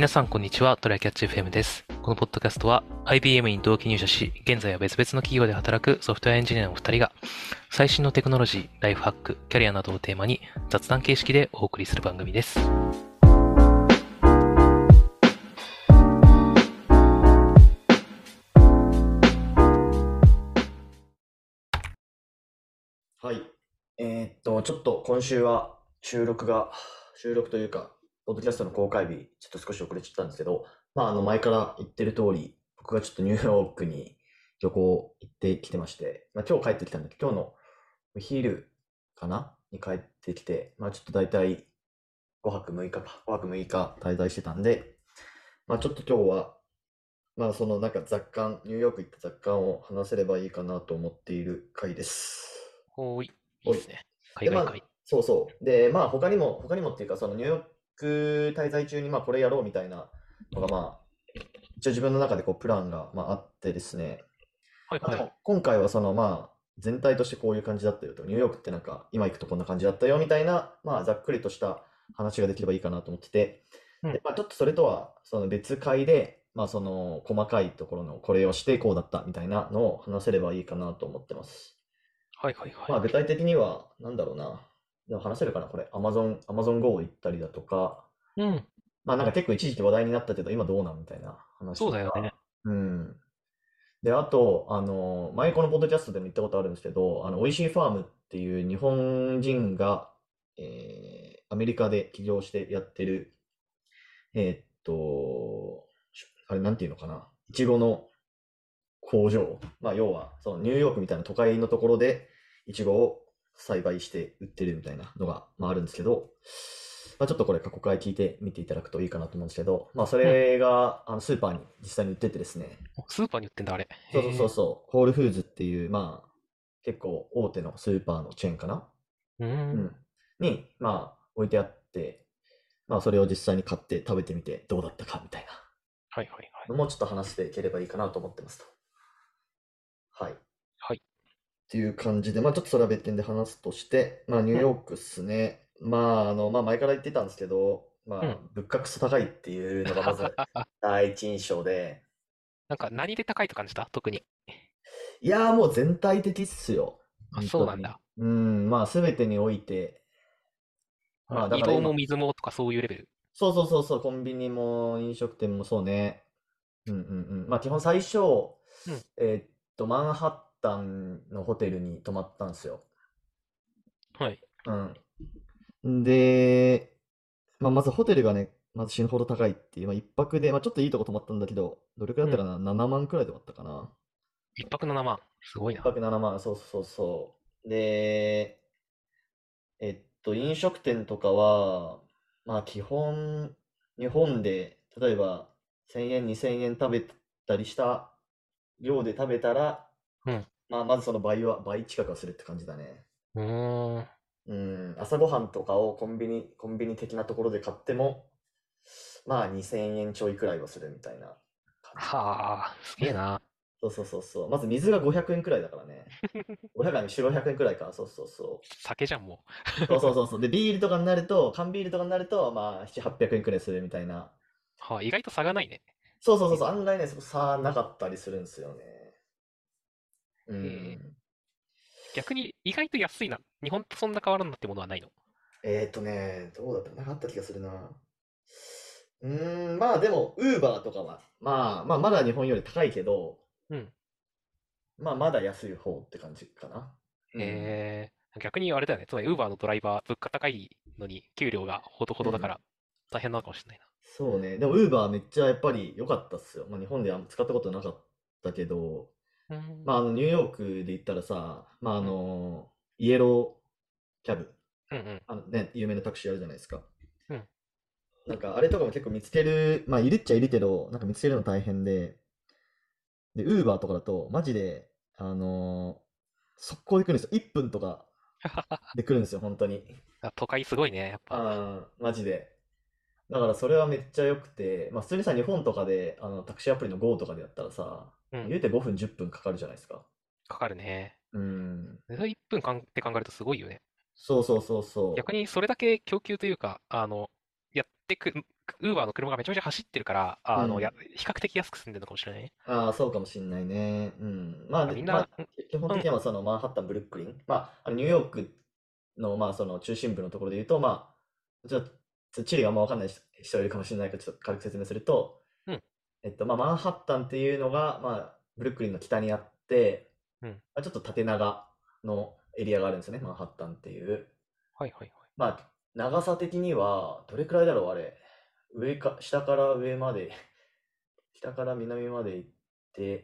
皆さん、こんにちは。トライキャッチ FM です。このポッドキャストは IBM に同期入社し、現在は別々の企業で働くソフトウェアエンジニアのお二人が、最新のテクノロジー、ライフハック、キャリアなどをテーマに雑談形式でお送りする番組です。 はい。ちょっと今週は収録というか、ポッドキャストの公開日、ちょっと少し遅れちゃったんですけど、前から言ってる通り、僕がちょっとニューヨークに旅行行ってきてまして、今日帰ってきたんだけど、今日のお昼かなに帰ってきて、ちょっと大体5泊6日滞在してたんで、ちょっと今日は、そのニューヨーク行った雑感を話せればいいかなと思っている回です。 おーい、いいおい。 ですね。海で、 外会。 そうそう。で、他にもっていうか、そのニューヨーク滞在中に、これやろうみたいなのが、一応自分の中でこう、プランが、あってですね。ではいはい。 も今回は全体としてこういう感じだったよと、ニューヨークって今行くとこんな感じだったよみたいな、ざっくりとした話ができればいいかなと思ってて、で、 うん。 ちょっとそれとは、その別会で、細かいところのこれをしてこうだったみたいなのを話せればいいかなと思ってます。 はいはいはい。 具体的には、なんだろうな。でも話せるかなこれ。Amazon Go 行ったりだとか、 うん。 結構一時期話題になったけど、今どうなんみたいな話とか。 そうだよね。 うん。で、あと、前このポッドキャストでも言ったことあるんですけど、美味しいファームっていう日本人が、アメリカで起業してやってる、あれなんていうのかな。いちごの工場。要は、そのニューヨークみたいな都会のところで、イチゴを栽培して売ってるみたいなのが、あるんですけど、ちょっとこれ過去回聞いてみていただくといいかなと思うんですけど、そうん。 れが、スーパーに実際に売っててですね、 スーパーに売ってんだ、あれ。へそうそうそうえ。 そう、ホールフーズっていう、結構大手のスーパーのチェーンかなうーん。 うん。に、置いてあって、それを実際に買って食べてみてどうだったかみたいなはいはいはい。 のもちょっと話していければいいかなと思ってますと。はい。 はい。 っていう感じで、ちょっとそれは別件で話すとして、ニューうん。 ヨークっすね。前から言ってたんですけど、 うん。 物価クソ高いっていうのがまず第一印象で、 なんか何で高いと感じた特に？ いやーもう全体的っすよ。 あ、 本当に。 そうなんだ。 すべてにおいて、だ移動もから今、 水もとかそういうレベル？ そうそうそうそう、コンビニも飲食店もそうね。うんうんうん。基本最初、 うん。 マンハッタンのホテルに泊まったんですよ。 はい。 うん。で、まずホテルがね、まず死ぬほど高いっていう、一泊で、ちょっといいとこ泊まったんだけど、どれくらいうん。 だったかな？ 7 万くらいで終わったかな。 一泊7万。すごい一な。 泊7万、そうそうそう。で、飲食店とかは、基本、日本で、例えば、1000円、2000円食べたりした量で食べたら、 うん。 まずその倍近くはするって感じだね。 うーん。 うん、朝ごはんとかをコンビニ的なところで買っても、2000円ちょいくらいはするみたいな感じ。 はあ、すげえな。 そうそうそうそう。まず水が500円くえんくらいだからね。500円、4、500円くえんくらいか。そうそうそう。 酒じゃん、もそうそうそうそう。で、ビールとかになると、缶ビールとかになると、7、800円くらいするみたいな。 う。はあ、意外と差がないね。 そうそうそうそう。案外ね、そこ差なかったりするんですよね。うへえ。 ん。 逆に意外と安いな。日本とそんな変わらんなってものはないの？ どうだったかなかった気がするな。でも、ウーバーとかは、まだ日本より高いけど、 うん。 まだ安い方って感じかな。うん。 へえ。逆にあれだよね。つまり、ウーバーのドライバー、物価高いのに、給料がほどほうん。 どだから、大変なのかもしれないそうね。でも、ウーバーめっちゃやっぱり良かったっすよ。日本では使ったことなかったけど、 な。うーん。 ニューヨークで言ったらさ、 うん。 イエローキャブ、 うんうん。 有名なタクシーあるじゃないですか。 うん。 あれとかも結構見つける、いるっちゃいるけど、見つけるの大変で、で、ウーバーとかだと、マジで、あのー速攻で来るんですよ。1分とかで来るんですよ、本当に。 都会すごいね、やっぱ。 マジで。だからそれはめっちゃ良くて、普通にさ、日本とかで、タクシーアプリの Go とかでやったらさ、 うん。 言うて5分、10分かかるじゃないですか。 かかるね。 うん。 それ1分間って考えるとすごいよね。 そうそうそうそ逆にそれだけ供給というか、やってく、 ウーバーの車がめちゃめちゃ走ってるから、 うん。 比較的安く住んでるのかもしれないね。 ああ、そうかもしんないね。うん。まあ、で、まあ、 みんな、 基本うん、 的にはそのマンハッタン、ブルックリン。まあ、ニューヨークの、まあ、その中心部のところで言うと、まあ、ちょっと、地理があんまわかんない人いるかもしれないから、ちょっと軽く説明すると、 うん、 まあ、マンハッタンっていうのが、まあ、ブルックリンの北にあって、 うん。 まあ、ちょっと縦長のエリアがあるんですよね、マンハッタンっていう。 はいはいはい。 まあ、長さ的には、どれくらいだろう、あれ。下から上まで、北から南まで行って、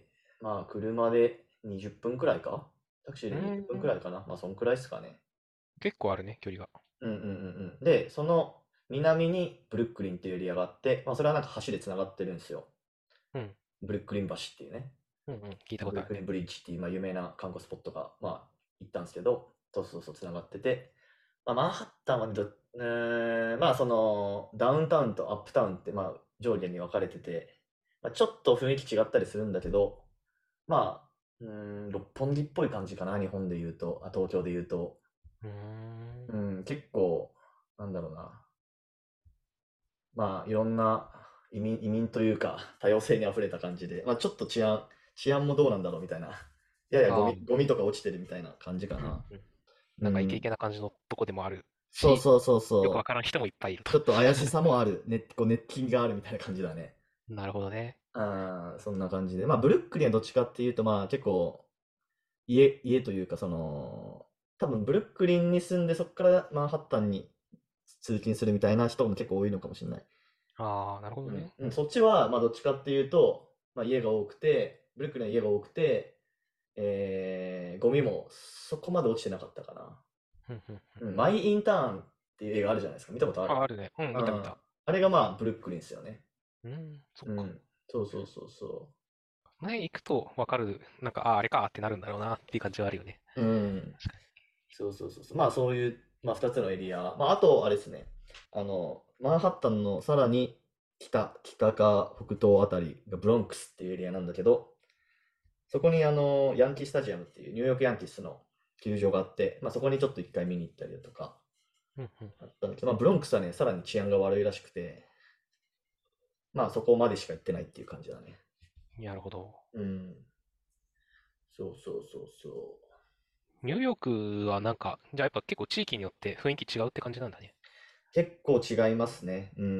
まあ、車で20分くらいかタクシーでうー 20分くん、 らいかなまあ、そんくらいですかね。 結構あるね、距離が。 うんうんうんうん。で、その南にブルックリンっていうエリアがあって、まあ、それはなんか橋で繋がってるんですよ。 うん、 ブルックリン橋っていうね。 うん、うん、聞いたまあ、 ことあるね。 ブルックリンブリッジっていう、まあ、有名な観光スポットが、まあ、行ったんですけど、そうそうそう、繋がってて、まあ、マンハッタンはまあ、その、ダウンタウンとアップタウンって、まあ、上下に分かれてて、まあ、ちょっと雰囲気違ったりするんだけど、まあ、六本木っぽい感じかな、日本で言うと、東京で言うと。 うーん。 うん、結構、なんだろうな。まあ、いろんな移民というか、多様性に溢れた感じで、まあ、ちょっと治安もどうなんだろうみたいな。ややああ、 ゴミとか落ちてるみたいな感じかうん、 な。 うん。なんかイケイうん。 ケな感じのとこでもあるし、 そうそうそうそよくわからん人もいっぱいいると。 う。ちょっと怪しさもある。熱気があるみたいな感じだね。 なるほどね。 そんな感じで。まあ、ブルックリンはどっちかっていうと、まあ、結構、家というか、その、多分ブルックリンに住んで、そこからマンハッタンに通勤するみたいな人も結構多いのかもしれない。 ああ、なるほどうん。 ね。 うん、そっちは、まあ、どっちかっていうと、まあ、家が多くて、ブルックリンは家が多くて、ゴミもそこまで落ちてなかったかな。 うん、うん。 うん、マイ・インターンっていう映画あるじゃないですか。見たことああ、 る？ あるね。うん、 うん。 見た見た。 あれがまあ、ブルックリンですよね。 うん、そっか。 うん。そうそうそうそ前行くとわかる、なんか、ああ、あれかってなるんだろうなっていう感じはあるよね。 う。うん。 確かそうそうそうそう。まあ、そういう、まあ、二つのエリア。まあ、あと、あれですね。マンハッタンのさらに北か北東あたりがブロンクスっていうエリアなんだけど、そこにヤンキースタジアムっていうニューヨークヤンキースの球場があって、まあ、そこにちょっと一回見に行ったりだとかに。うん、うん。 あったんだけど、まあ、ブロンクスはね、さらに治安が悪いらしくて、まあそこまでしか行ってないっていう感じだね。 なるほど。 うん。そうそうそうそニューヨークはなんか、じゃあやっぱ結構地域によって雰囲気違うって感じなんだね。 う。結構違いますね。うん。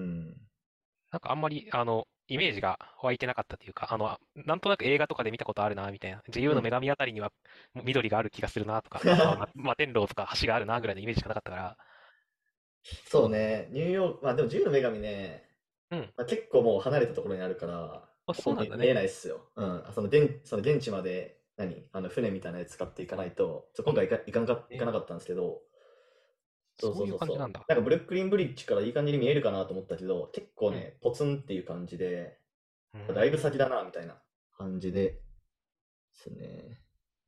なんかあんまり、イメージが湧いてなかったというか、なんとなく映画とかで見たことあるな、みたいな。自由うん。 の女神あたりには緑がある気がするな、とか、あとは摩天楼とか橋があるな、ぐらいのイメージしかなかったから、そうなんだね。 そうね。ニューヨーク、まあでも自由の女神ね、 うん。 まあ、結構もう離れたところにあるから、 あ、 ほぼ見えそうなんだね。 ないっすよ。うん。その現地まで、船みたいなやつ使っていかないと、今回行かなね、 かったんですけど、そうそうそうそうそう。 いう感じなんだ。 なんかブルックリンブリッジからいい感じに見えるかなと思ったけど、結構うん。 ね、ポツンっていう感じで、 うーだいぶ先だん。 な、みたいな感じですね。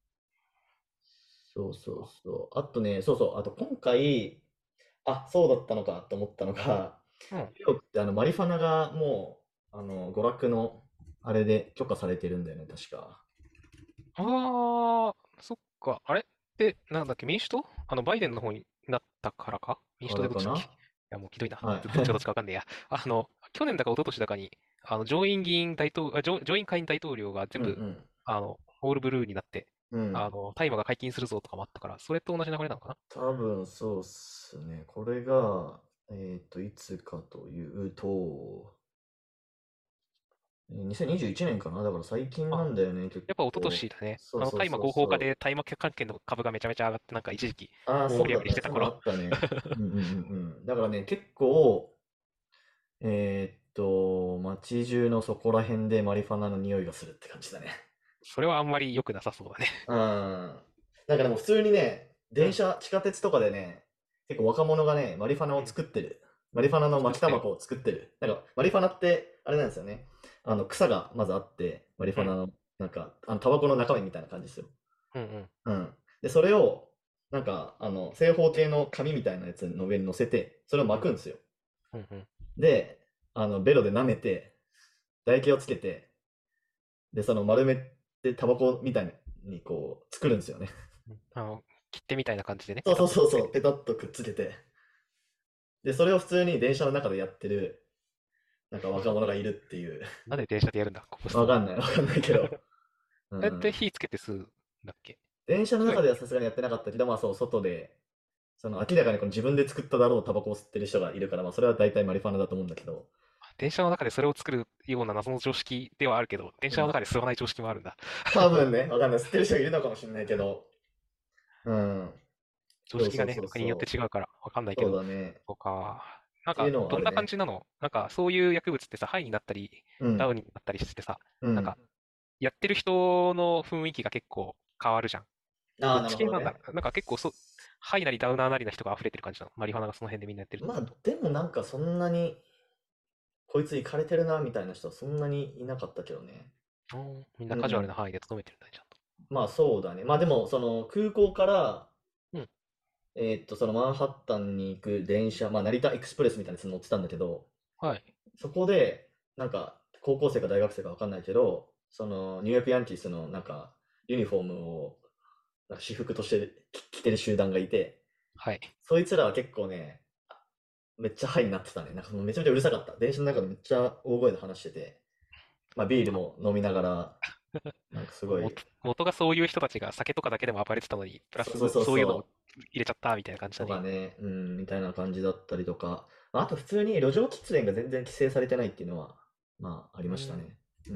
そうそうそう。あとね、そうそう。あと今回、そうだったのかと思ったのが、 うん。 ニューヨークってマリファナがもう、娯楽の、あれで許可されてるんだよね、確か。 あー、そっか。あれって、なんだっけ、民主党バイデンの方になったからか民主か党でどっちだっけいらかな。 や、もうひどいな。 はい。 どっちがどっちかわかんねえや。去年だか一昨年だかに、上院議員大統、上院下院大統領が全部、 うんうん。 オールブルーになって、 うん。 大麻が解禁するぞとかもあったから、それと同じ流れなのかな？ 多分そうっすね。これが、いつかというと、2021年かな。だから最近なあ、 んだよね、結やっぱ一昨構。 年だね。大麻そうそうそうそう。 合法化で大麻関係の株がめちゃめちゃ上がって、なんか一時期ああ、 大盛り上がそうだったね。そういうのありしてた頃。 ったね。うんうんうんうん。だからね、結構、街中のそこら辺でマリファナの匂いがするって感じだね。 それはあんまり良くなさそうだね。 うん。なんかでも普通にね、 うん。 地下鉄とかでね、結構若者がね、マリファナをうん。 作ってる。マリファナの作ってる。 巻きタバコを作ってる。なんか、マリファナって、あれなんですよね。草がまずあって、マリフうん。 ァナの、なんか、タバコの中身みたいな感じですよ。 うんうん。 うん。で、それを、なんか、正方形の紙みたいなやつの上に乗せて、それをうん。 巻くんですよ。 うんうん。 で、ベロで舐めて、唾液をつけて、で、その丸めてタバコみたいにこう、作るんですよね。 うん切手みたいな感じでね、 そうペタッそうそうそう、 とくっつけて。 ペタッとくっつけて。で、それを普通に電車の中でやってる。 なんか若者がいるっていう。 なんで電車でやるんだ、コブストン。 わかんない、わかんないけど。うあれってん。 火つけて吸うんだっけ？ 電車の違うっけ？ 中ではさすがにやってなかったけど、まあそう、外で、その明らかにこの自分で作っただろうタバコを吸ってる人がいるから、まあそれは大体マリファナだと思うんだけど。 電車の中でそれを作るような謎の常識ではあるけど、電車のうん。 中で吸わない常識もあるんだ。 多分ね、わかんない。吸ってる人がいるのかもしれないけど。うん。そうそう常識がね、国によってそうそう。 違うからわかんないけそうど、 だね。 そうか。なんか、 っていうのはどんな感あるね。 じなの？なんか、そういう薬物ってさ、ハイになったり、 うん。 ダウンになったりしてさ、 うん。 なんか、やってる人の雰囲気が結構変わるじゃん。 ああ、 どっなるほどね。 ち系なんだろう。なんか結構ハイなりダウナーなりな人が溢れてる感じなの？マリファナがその辺でみんなやってるとまあ、 ころだと。 でもなんかそんなに、こいつイカれてるな、みたいな人はそんなにいなかったけどね。 みんなカジュアルうん。 な範囲で勤めてるんだね、ちゃんと。 まあそうだね。まあでも、その空港から、 うん。 そのマンハッタンに行く電車、まあ成田エクスプレスみたいなやつに乗ってたんだけど、 はい。 そこで、なんか、高校生か大学生かわかんないけど、その、ニューヨークヤンキースのなんか、ユニフォームを、なんか私服として着てる集団がいて、 はい。 そいつらは結構ね、めっちゃハイになってたね。なんかもうめちゃめちゃうるさかった。電車の中でめっちゃ大声で話してて、まあビールも飲みながら、なんかすごい、 元がそういう人たちが酒とかだけでも暴れてたのに、プラスそうそうそうそういうのもそ入れちゃったみたいな感じう、 だね。 とかね、うん、みたいな感じだったりとか、まああと普通に路上喫煙が全然規制されてないっていうのは、まあありうん。 ましたね。うん。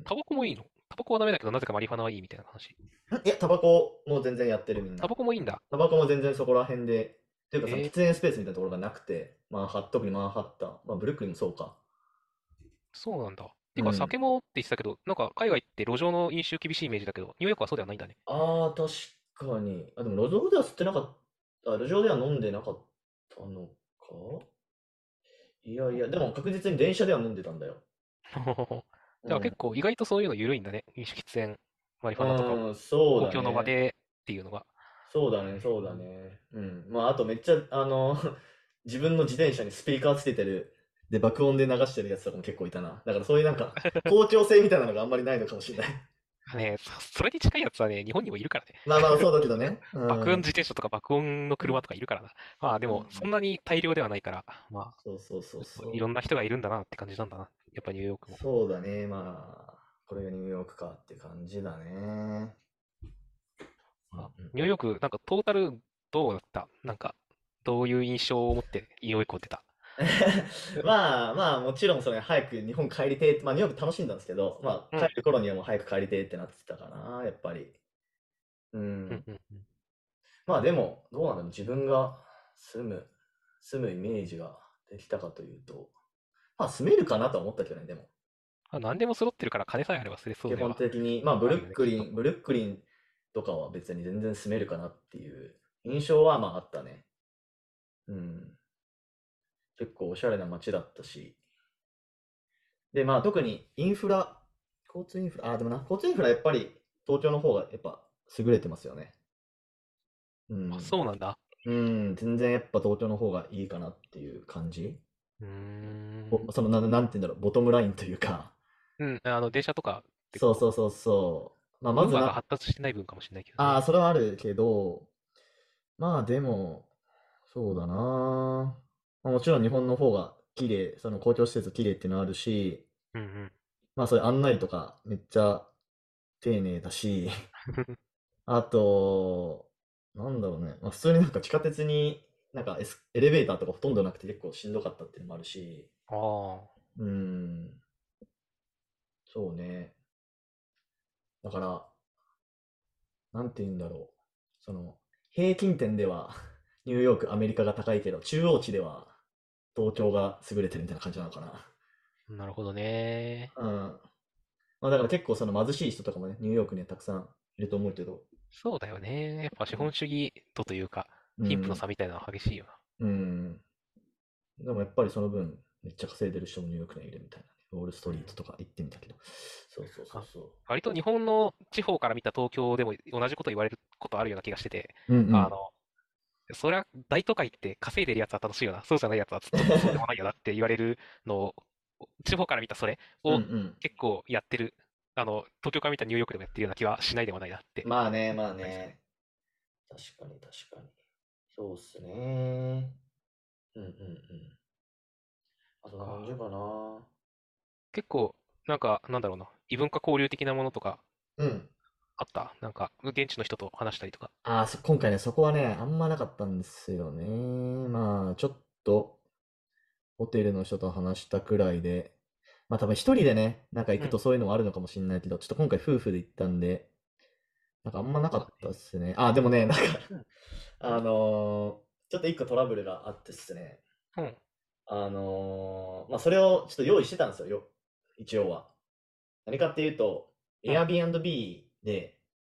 タバコもいいの？タバコはダメだけど、なぜかマリファナはいいみたいな話。 いや、タバコも全然やってるみんタな。 バコもいいんだ。 タバコも全然そこら辺で、というかその喫えー、 煙スペースみたいなところがなくて、特にマンハッタン、まあブルックリンもそうか。 そうなんだ。てか、 うん。 酒もって言ってたけど、なんか海外って路上の飲酒厳しいイメージだけど、ニューヨークはそうではないんだね。 ああ、確かに。あ、でも路上では吸ってなかった。路上では飲んでなかったのか。いやいや、でも確実に電車では飲んでたんだよ。 じゃあうん。 結構意外とそういうの緩いんだね。飲酒喫煙、マリファナとかも。 うん、そう公共の場だね。 でっていうのが。 そうだね、そうだね。うん。まあ、あとめっちゃ、自分の自転車にスピーカーつけてる、で、爆音で流してるやつとかも結構いたな。だからそういうなんか、公共性みたいなのがあんまりないのかもしれない。 ね、それに近いやつはね、日本にもいるからね。 まあまあ、そうだけどね。うん。 爆音自転車とか爆音の車とかいるからな。まあでも、そんうん。 なに大量ではないから、まそうそうそうあ、いろんそう。 な人がいるんだなって感じなんだな。やっぱニューヨークも。 そうだね。まあ、これがニューヨークかって感じだね。うんまあうん。 ニューヨーク、なんかトータルどうだった？なんか、どういう印象を持ってニューヨークを出た？ まあまあ、もちろんそれ早く日本帰りてえって、まあニューヨーク楽しんだんですけど、まあ帰うん。 る頃にはもう早く帰りてえってなってたかな、やっぱり。ううん、 ん。 うん、うん。 まあでも、どうなんだろう、自分が住む、住むイメージができたかというと、まあ住めるかなとは思ったけどね、でも。 あ、何でも揃ってるから金さえあればすれそ基本うでは的に、まああるよね、きっと。 ブルックリンとかは別に全然住めるかなっていう印象はまああったね。うん。結構おしゃれな街だったし。で、まあ特にインフラ、交通インフラ、でもな、交通インフラやっぱり東京の方がやっぱ優れてますよね。うあ、 ん。 そうなんだ。 うん、全然やっぱ東京の方がいいかなっていう感じ。 うーん。 なんて言うんだろう、ボトムラインというか、 うん、電車とかってこそうそうそう。まあ、 う、ウまずな、 ーバーが発達してない分かもしれないけどああ、 ね。 それはあるけど、まあでも、そうだな。まあ、もちろん日本の方が綺麗、その公共施設綺麗っていうのはあるし、 うんうん。 まあそういう案内とかめっちゃ丁寧だし、あと、なんだろうね、まあ、普通になんか地下鉄になんかエレベーターとかほとんどなくて結構しんどかったっていうのもあるし、 ああ、 うーん、そうね。だから、なんて言うんだろう。その、平均点ではニューヨーク、アメリカが高いけど、中央値では東京が優れてるみたいな感じなのかな。 なるほどね。 うん。まあだから結構その貧しい人とかもね、ニューヨークにはたくさんいると思うけど、 そうだよね。やっぱ資本主義度というか、貧富のうん、 差みたいなのは激しいよな。 うん。でもやっぱりその分、めっちゃ稼いでる人もニューヨークにはいるみたいなね。ウォールストうん。 リートとか行ってみたけど。そうそうそうあ、 そ割と日本の地方から見た東京でも同じこと言われることあるような気がしてて、 う。うんうん。 あの、そりゃ大都会って稼いでるやつは楽しいよな、そうじゃないやつはちょっとそうでもないよなって言われるのを、地方から見たそれをうんうん。 結構やってる、東京から見たニューヨークでもやってるような気はしないでもないなってまあね、まあ思ったりする。 ね。確かに確かに。そうっすね。うんうんうん。あ、そんな感じか。 かな。 結構、なんか、なんだろうな、異文化交流的なものとかうん。 あったなんか、現地の人と話したりとか。 今回ね、そこはね、あんまなかったんですよね。まあ、ちょっと、ホテルの人と話したくらいで、まあ多分一人でね、なんか行うん。 くとそういうのもあるのかもしれないけど、ちょっと今回夫婦で行ったんで、なんかあんまなかったっそうだね。 すね。あ、でもね、なんかうん。 ちょっと一個トラブルがあってっすね。 うん。 まあそれをちょっと用意してたんですよ、一応は。何かっていうと、 うん。 Airbnb で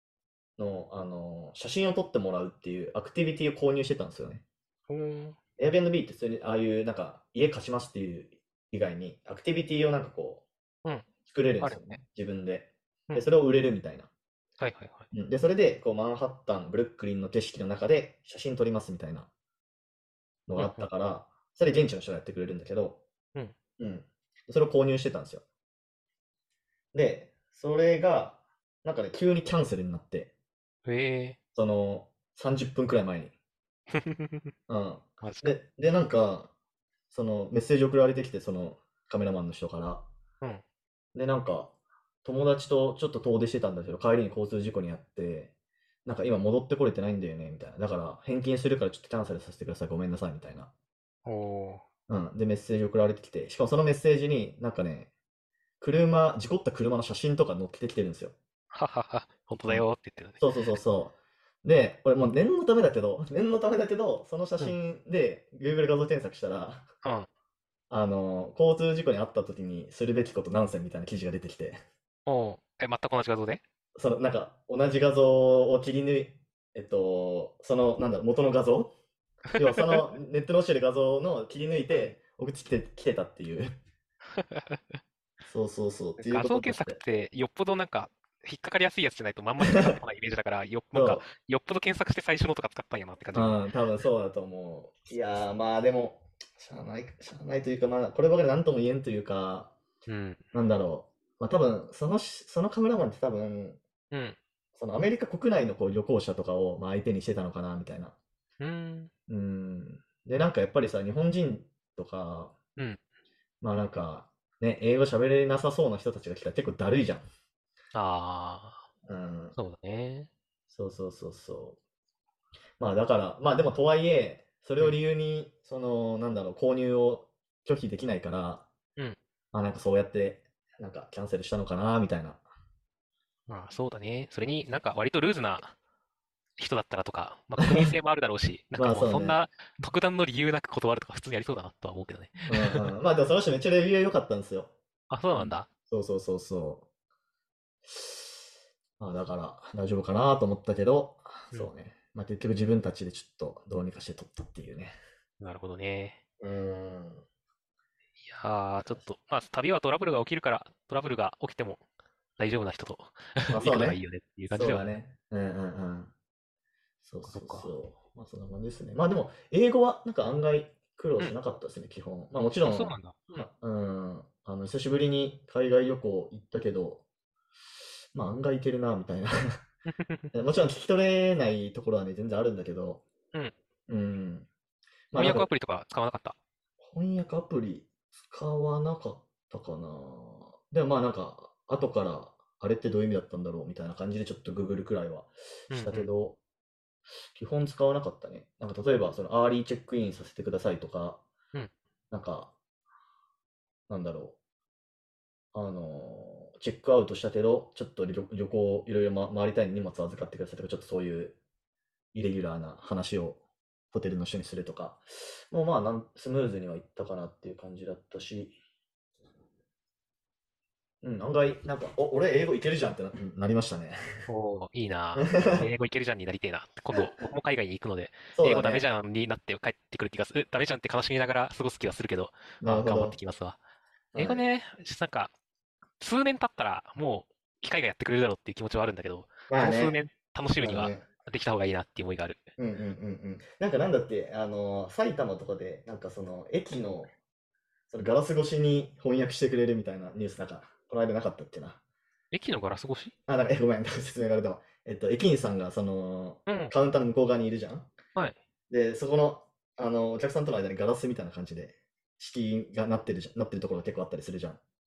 写真を撮ってもらうっていうアクティビティを購入してたんですよね。 ほーん。 Airbnb って普通にああいうなんか家貸しますっていう以外にアクティビティをなんかこうん。 う作れるんですよね。 あるよね。 自分で。で、 うん。 それを売れるみたいな。 はいはいはい。 うんで、それでこうマンハッタン、ブルックリンの景色の中で写真撮りますみたいなのがあうん。うん。 ったから、それ現地の人がやってくれるんだけど、 うん。 うん。それを購入してたんですよ。で、それが、なんかね、急にキャンセルになって、 へえ。 その30分くらい前に。うん。 マジか。 で、なんか、そのメッセージ送られてきて、そのカメラマンの人から。 うん。 で、なんか、友達とちょっと遠出してたんだけど、帰りに交通事故にあって、なんか今戻ってこれてないんだよね、みたいな。だから返金するからちょっとキャンセルさせてください、ごめんなさい、みたいな。 おー。 うん。で、メッセージ送られてきて、しかもそのメッセージになんかね、事故った車の写真とか載っけてきてるんですよ。 ははは。本当うん。 だよって言ってそうそうそうそう。で、俺もう念のためだけど、その写たね。 真で Google 画像検索したら、 うん。うん。 交通事故に遭った時にするべきこと何選みたいな記事が出てきて、 おー。全く同じ画像で？ なんか、同じ画像を切り抜い、なんだろう、元の画像要はそのネットに落ちてる画像の切り抜いうん。 て送ってきてたっていう。そうそうそうっていう画像ことになって。 検索ってよっぽどなんか引っかかりやすいやつじゃないとまんま引っかかってこないイメージだから、なんかそよっぽど検索して最初のとか使ったんやなって感う、 じが。 うん、多分そうだと思う。いやー、まあでも、しゃあないというか、まあ、こればかり何とも言えんというか、 うん。 なんだろう。まあ多分、そのカメラマンって多分、 うん。 そのアメリカ国内のこう旅行者とかをまあ相手にしてたのかな、みたいな。 うん。 うん。で、なんかやっぱりさ、日本人とか、 うん。 まあなんか、ね、英語喋れなさそうな人たちが来たら結構だるいじゃん。 ああ、 うん。 そうだね。 そうそうそうそう。まあだから、まあでもとはいえ、それをうん。 理由に、なんだろう、購入を拒否できないから、 うん。 まあなんかそうやって、なんかキャンセルしたのかな、みたいな。 まあそうだね。それになんか割とルーズな人だったらとか、まあ国民性もあるだろうし、なんかまあそうね。 もうそんな特段の理由なく断るとか普通にありそうだなとは思うけどね。 うんうん。まあでもその人めっちゃレビュー良かったんですよ。 あ、そううん。 なんだ。 そうそうそうそう。まあだから大丈夫かなと思ったけど、 うん。 そうね。まあ結局自分たちでちょっとどうにかして取ったっていうね。 なるほどね。 うーん。 いやー、ちょっと、まあ旅はトラブルが起きるから、トラブルが起きても大丈夫な人とまあ行そうね。 くのがいいよねっていう感じではあるね。 そうだね。うんうんうん。そうそうそっか。 そう。まあそんな感じですね。まあでも、英語はなんか案外苦労うん。 しなかったですね、基本。まあもちあ、そうろなんだ。うん。 うん、久しぶりに海外旅行行ったけど、まあ案外いけるな、みたいな。もちろん聞き取れないところはね、全然あるんだけど、 うん。 うん。まあ翻なんか、 訳アプリとか使わなかった？ 翻訳アプリ使わなかったかな。でもまあなんか、後から、あれってどういう意味だったんだろうみたいな感じでちょっとググるくらいはしたけうんうん。 ど、基本使わなかったね。なんか例えば、そのアーリーチェックインさせてくださいとか、 うん。 なんか、なんだろチェックアウトしたけど、ちょっと旅行いろいろ回りたいのに荷物預かってくださいとか、ちょっとそういうイレギュラーな話をホテルの人にするとか、もうまあスムーズにはいったかなっていう感じだったし、うん、案外、なんか、俺英語いけるじゃんってなりましたね。 おー、いいな。俺英語いけるじゃんになりてえな。今度、僕も海外に行くので、英語ダメじそうだね。 ゃんになって帰ってくる気がする。ダメじゃんって悲しみながら過ごす気がするけど、頑張ってなるほど。 きますわ。英はい。 語ね、なんか、数年経ったらもう機械がやってくれるだろうっていう気持ちはあるんだけど、 まあね。 この数年楽しむにはまあね。 できた方がいいなっていう思いがある。 うんうんうんうん。なんかなんだって、埼玉とかで、なんかその、駅の、そのガラス越しに翻訳してくれるみたいなニュースなんか、この間なかったっけな。 駅のガラス越し？ あ、なんか、ごめん、説明があれだわ。駅員さんが、 うん。 カウンターの向こう側にいるじゃん。 はい。 で、そこの、お客さんとの間にガラスみたいな感じで、敷居がなってるところが結構あったりするじゃん。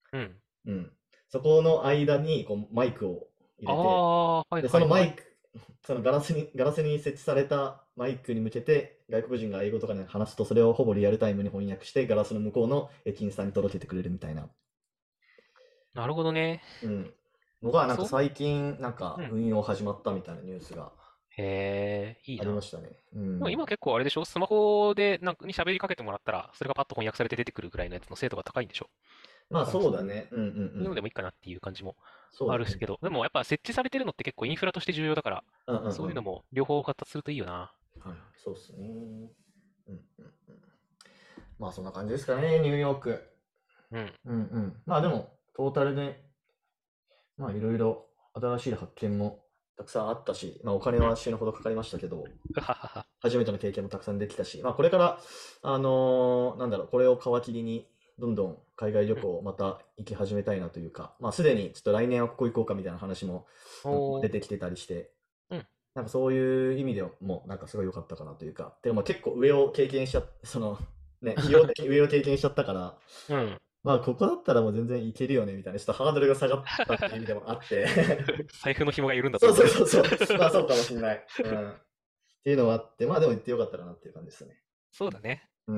うん。 うん。そこの間にこうマイクを入あれて、 あ、はいで、そはいはい。 のマイク、そのガラスに設置されたマイクに向けて、外国人が英語とかで話すと、それをほぼリアルタイムに翻訳して、ガラスの向こうの駅員さんに届けてくれるみたいな。 なるほどね。 うん。のが、なんかそう、 最近、なんうん。 か運用始まったみたいなニュースがへえ、いいありまな。 したね。うでもん。 今結構あれでしょスマホでなんかに喋りかけてもらったら、それがパッと翻訳されて出てくるぐらいのやつの精度が高いんでしょ？ まあだからそういう、 そうだね。うんうんうそういうのん。 でもいいかなっていう感じもそうだね。 あるしけど、でもやっぱ設置されてるのって結構インフラとして重要だから、 うんうんうん。 そういうのも両方発達するといいよな。 はい、そうっすね。うんうんうん。まあそんな感じですかね、ニューヨーク。 うん。 うんうん。まあでも、トータルで、まあいろいろ新しい発見もたくさんあったし、まあお金うん。 は死ぬほどかかりましたけど、 うははは。 初めての経験もたくさんできたし、まあこれから、なんだろう、これを皮切りに、どんどん海外旅うん。 行また行き始めたいなというか、まあすでにちょっと来年はここ行こうかみたいな話もおー。 出てきてたりして、 うん。 なんかそういう意味でも、なんかすごい良かったかなというか、でもまあ結構上を経験しちゃっその、ね、費用的に上を経験しちゃったから、 うん。 まあここだったらもう全然いけるよねみたいな、ちょっとハードルが下がったっていう意味でもあって財布の紐が緩んだとそういうかそうそうそう、まあそうかもしんない。うん。っていうのはあって、まあでも行ってよかったかなっていう感じですね。 そうだね。 うん。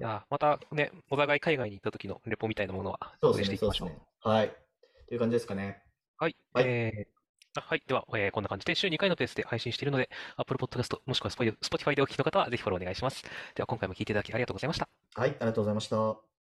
いや、またね、お互い海外に行った時のレポみたいなものは共有そうですね、 していきましょう。 そうですね。はい。っていう感じですかね。 はい。 はい。 はい。では、こんな感じで週2回のペースで配信しているので、Apple Podcast もしくはSpotify でお聞きの方はぜひフォローお願いします。では、今回も聞いていただきありがとうございました。 はい、ありがとうございました。